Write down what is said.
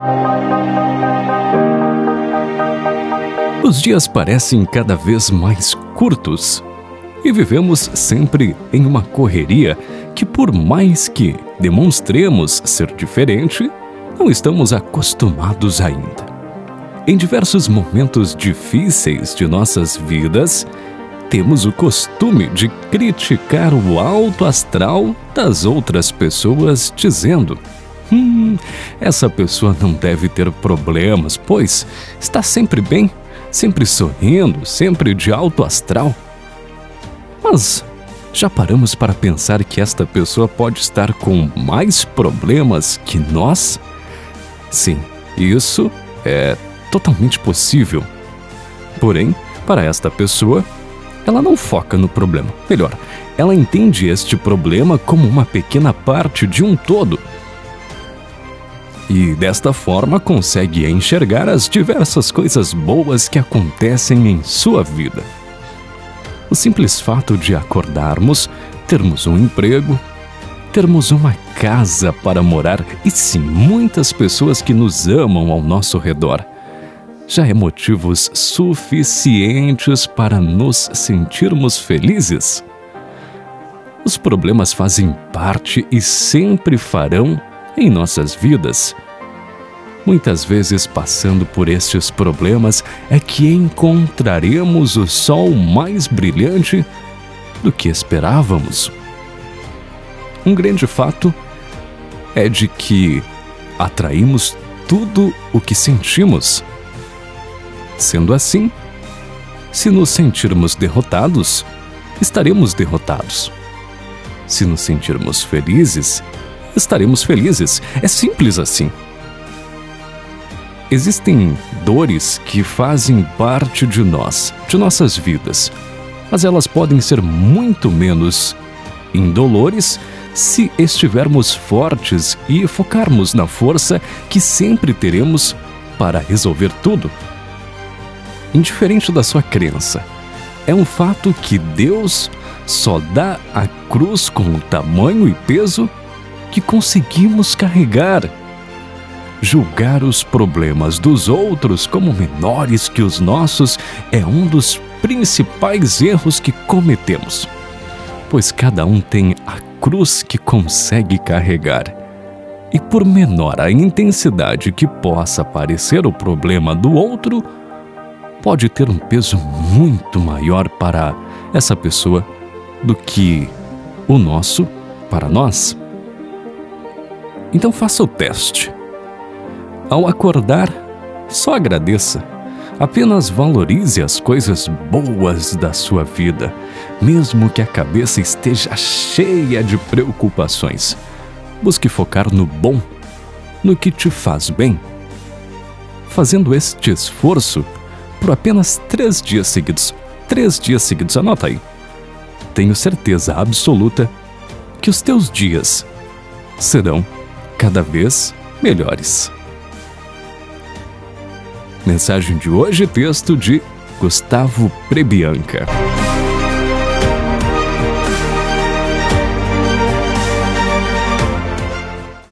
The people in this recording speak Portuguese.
Os dias parecem cada vez mais curtos e vivemos sempre em uma correria que, por mais que demonstremos ser diferente, não estamos acostumados ainda. Em diversos momentos difíceis de nossas vidas, temos o costume de criticar o alto astral das outras pessoas, dizendo: essa pessoa não deve ter problemas, pois está sempre bem, sempre sorrindo, sempre de alto astral. Mas já paramos para pensar que esta pessoa pode estar com mais problemas que nós? Sim, isso é totalmente possível. Porém, para esta pessoa, ela não foca no problema. Melhor, ela entende este problema como uma pequena parte de um todo. E desta forma consegue enxergar as diversas coisas boas que acontecem em sua vida. O simples fato de acordarmos, termos um emprego, termos uma casa para morar e sim, muitas pessoas que nos amam ao nosso redor, já é motivos suficientes para nos sentirmos felizes. Os problemas fazem parte e sempre farão em nossas vidas. Muitas vezes, passando por estes problemas, é que encontraremos o sol mais brilhante do que esperávamos. Um grande fato é de que atraímos tudo o que sentimos. Sendo assim, se nos sentirmos derrotados, estaremos derrotados. Se nos sentirmos felizes, estaremos felizes. É simples assim. Existem dores que fazem parte de nós, de nossas vidas, mas elas podem ser muito menos indolores se estivermos fortes e focarmos na força que sempre teremos para resolver tudo. Indiferente da sua crença, é um fato que Deus só dá a cruz com o tamanho e peso que conseguimos carregar. Julgar os problemas dos outros como menores que os nossos é um dos principais erros que cometemos, pois cada um tem a cruz que consegue carregar. E por menor a intensidade que possa parecer o problema do outro, pode ter um peso muito maior para essa pessoa do que o nosso para nós. Então faça o teste. Ao acordar, só agradeça. Apenas valorize as coisas boas da sua vida, mesmo que a cabeça esteja cheia de preocupações. Busque focar no bom, no que te faz bem. Fazendo este esforço por apenas 3 dias seguidos. 3 dias seguidos, anota aí. Tenho certeza absoluta que os teus dias serão cada vez melhores. Mensagem de hoje, texto de Gustavo Prebianca.